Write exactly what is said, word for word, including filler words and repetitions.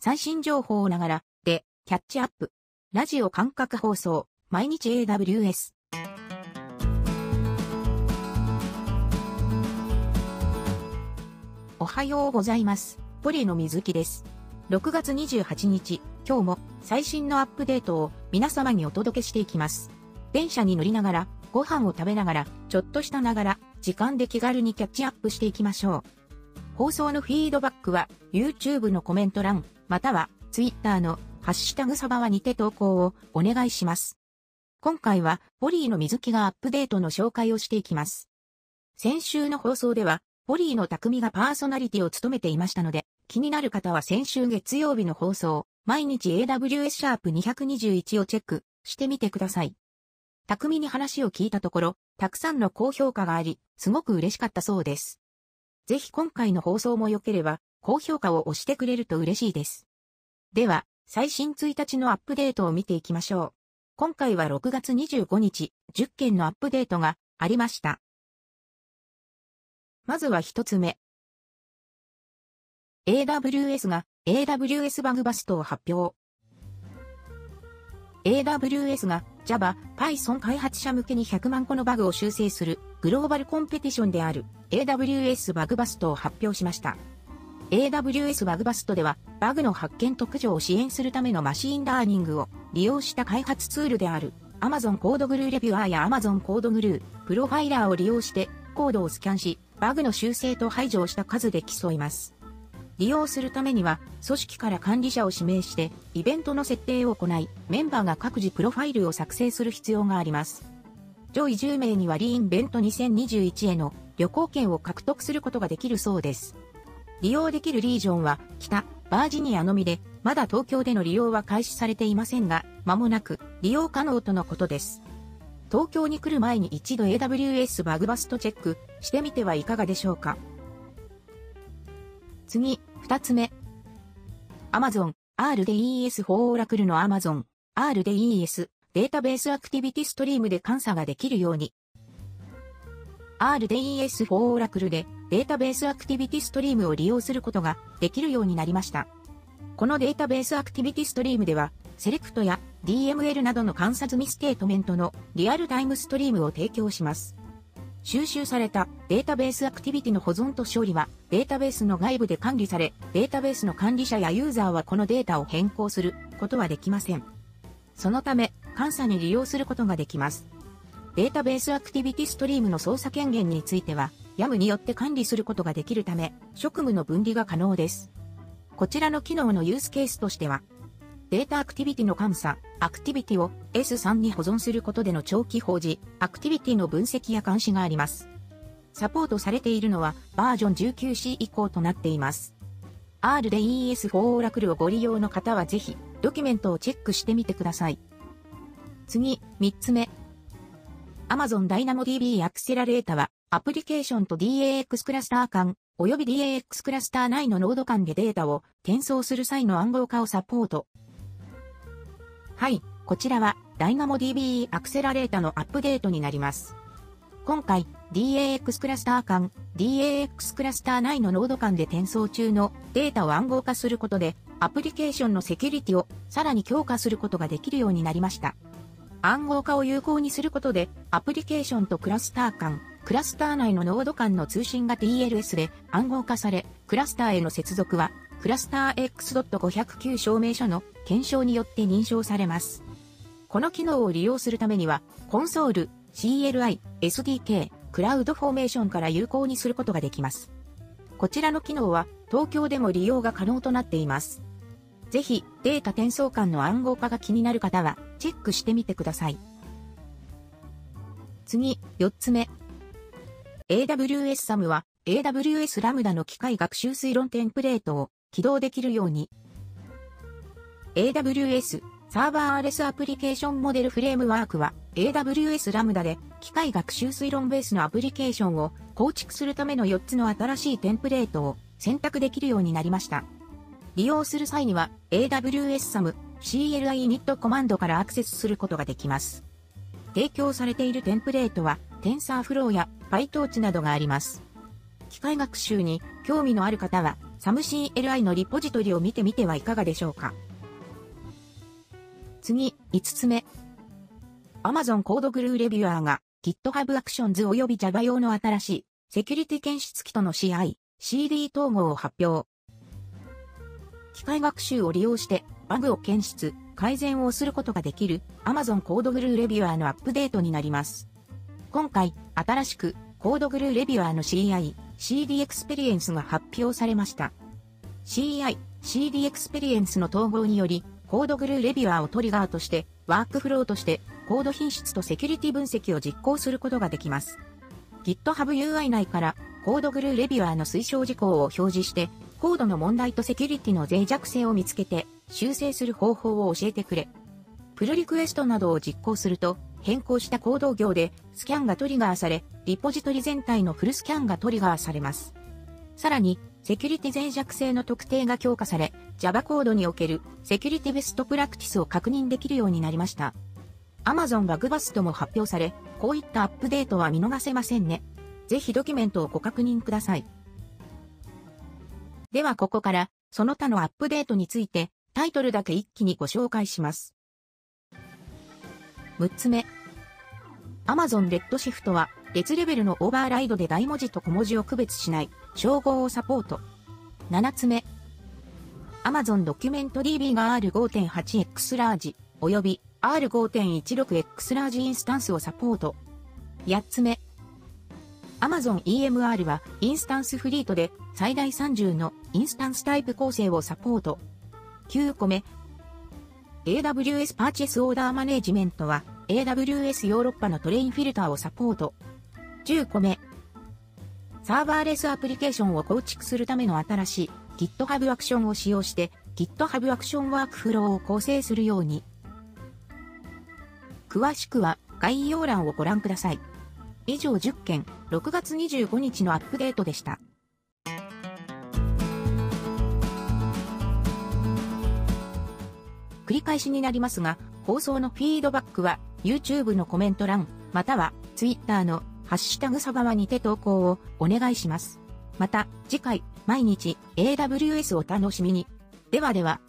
最新情報をながらでキャッチアップ。ラジオ感覚放送、毎日 エーダブリューエス。おはようございます。ポリの水木です。ろくがつにじゅうはちにち、今日も最新のアップデートを皆様にお届けしていきます。電車に乗りながら、ご飯を食べながら、ちょっとしたながら、時間で気軽にキャッチアップしていきましょう。放送のフィードバックは、YouTube のコメント欄、または Twitter のハッシュタグサバワにて投稿をお願いします。今回は、ポリーの水木がアップデートの紹介をしていきます。先週の放送では、ポリーの匠がパーソナリティを務めていましたので、気になる方は先週月曜日の放送、毎日 エーダブリューエス シャープにひゃくにじゅういちをチェックしてみてください。匠に話を聞いたところ、たくさんの高評価があり、すごく嬉しかったそうです。ぜひ今回の放送も良ければ、高評価を押してくれると嬉しいです。では、最新いちにちのアップデートを見ていきましょう。今回はろくがつにじゅうごにち、じゅっけんのアップデートがありました。まずは一つ目。エーダブリューエス が エーダブリューエス バグバストを発表。エーダブリューエス が Java、Python 開発者向けにひゃくまんこのバグを修正するグローバルコンペティションである エーダブリューエス バグバストを発表しました。エーダブリューエス バグバストではバグの発見と駆除を支援するためのマシーンラーニングを利用した開発ツールである Amazon コードグルーレビュアーや Amazon コードグループロファイラーを利用してコードをスキャンしバグの修正と排除をした数で競います。利用するためには、組織から管理者を指名して、イベントの設定を行い、メンバーが各自プロファイルを作成する必要があります。上位じゅうめいにはリーンベントにせんにじゅういちへの旅行券を獲得することができるそうです。利用できるリージョンは、北、バージニアのみで、まだ東京での利用は開始されていませんが、間もなく利用可能とのことです。東京に来る前に一度 エーダブリューエス バグバストチェックしてみてはいかがでしょうか。次、二つ目。Amazon、アールディーイーエス for Oracle の Amazon、アールディーイーエス データベースアクティビティストリームで監査ができるように。アールディーイーエス for Oracle でデータベースアクティビティストリームを利用することができるようになりました。このデータベースアクティビティストリームでは、セレクトや ディーエムエル などの監査済みステートメントのリアルタイムストリームを提供します。収集されたデータベースアクティビティの保存と処理はデータベースの外部で管理され、データベースの管理者やユーザーはこのデータを変更することはできません。そのため、監査に利用することができます。データベースアクティビティストリームの操作権限については、ヤム によって管理することができるため、職務の分離が可能です。こちらの機能のユースケースとしては、データアクティビティの監査、アクティビティを エススリー に保存することでの長期保持、アクティビティの分析や監視があります。サポートされているのはバージョン じゅうきゅうシー 以降となっています。アールディーイーエス for Oracle をご利用の方はぜひ、ドキュメントをチェックしてみてください。次、三つ目。Amazon DynamoDB アクセラレータは、アプリケーションと ディーエーエックス クラスター間、および ディーエーエックス クラスター内のノード間でデータを転送する際の暗号化をサポート。はい、こちらは DynamoDB アクセラレータのアップデートになります。今回、ディーエーエックス クラスター間、ディーエーエックス クラスター内のノード間で転送中のデータを暗号化することで、アプリケーションのセキュリティをさらに強化することができるようになりました。暗号化を有効にすることで、アプリケーションとクラスター間、クラスター内のノード間の通信が ティーエルエス で暗号化され、クラスターへの接続は、クラスター エックスごぜろきゅう 証明書の検証によって認証されます。この機能を利用するためには、コンソール、シーエルアイ、エスディーケー、クラウドフォーメーションから有効にすることができます。こちらの機能は、東京でも利用が可能となっています。ぜひ、データ転送間の暗号化が気になる方は、チェックしてみてください。次、四つ目。エーダブリューエス サムは、エーダブリューエス ラムダの機械学習推論テンプレートを起動できるように。エーダブリューエス サーバーレスアプリケーションモデルフレームワークは エーダブリューエス ラムダで機械学習推論ベースのアプリケーションを構築するためのよっつの新しいテンプレートを選択できるようになりました。利用する際には エーダブリューエス サム シーエルアイ イニット コマンドからアクセスすることができます。提供されているテンプレートは TensorFlow や PyTorch などがあります。機械学習に興味のある方はサムシーエルアイ のリポジトリを見てみてはいかがでしょうか。次、いつつめ。Amazon コードグルーレビュアーが GitHub Actions 及び Java 用の新しいセキュリティ検出機との シーアイ、シーディー 統合を発表。機械学習を利用してバグを検出、改善をすることができる Amazon コードグルーレビュアーのアップデートになります。今回、新しくコードグルーレビュアーの シーアイ、シーディー エクスペリエンスが発表されました。シーアイ、シーディー エクスペリエンスの統合により、コードグルーレビュアーをトリガーとして、ワークフローとしてコード品質とセキュリティ分析を実行することができます。GitHub ユーアイ 内からコードグルーレビュアーの推奨事項を表示して、コードの問題とセキュリティの脆弱性を見つけて修正する方法を教えてくれ。プルリクエストなどを実行すると、変更したコード行でスキャンがトリガーされ、リポジトリ全体のフルスキャンがトリガーされます。さらに、セキュリティ脆弱性の特定が強化され、Java コードにおけるセキュリティベストプラクティスを確認できるようになりました。Amazon バグバストも発表され、こういったアップデートは見逃せませんね。ぜひドキュメントをご確認ください。ではここから、その他のアップデートについて、タイトルだけ一気にご紹介します。むっつめ。Amazon Redshift は、列レベルのオーバーライドで大文字と小文字を区別しない、照合をサポート。ななつめ。Amazon DocumentDB が アールごてんはちエックス ラージ、および アールごてんいちろくエックス ラージインスタンスをサポート。やっつめ。Amazon イーエムアール はインスタンスフリートで最大さんじゅうのインスタンスタイプ構成をサポート。きゅうこめ。エーダブリューエス パーチェスオーダーマネージメントは エーダブリューエス ヨーロッパのトレインフィルターをサポート。じゅうこめ。サーバーレスアプリケーションを構築するための新しい GitHub アクションを使用して GitHub アクションワークフローを構成するように。詳しくは概要欄をご覧ください。以上じゅっけん、ろくがつにじゅうごにちのアップデートでした。繰り返しになりますが、放送のフィードバックは YouTube のコメント欄、または Twitter のハッシュタグサバワにて投稿をお願いします。また、次回、毎日 エーダブリューエス を楽しみに。ではでは。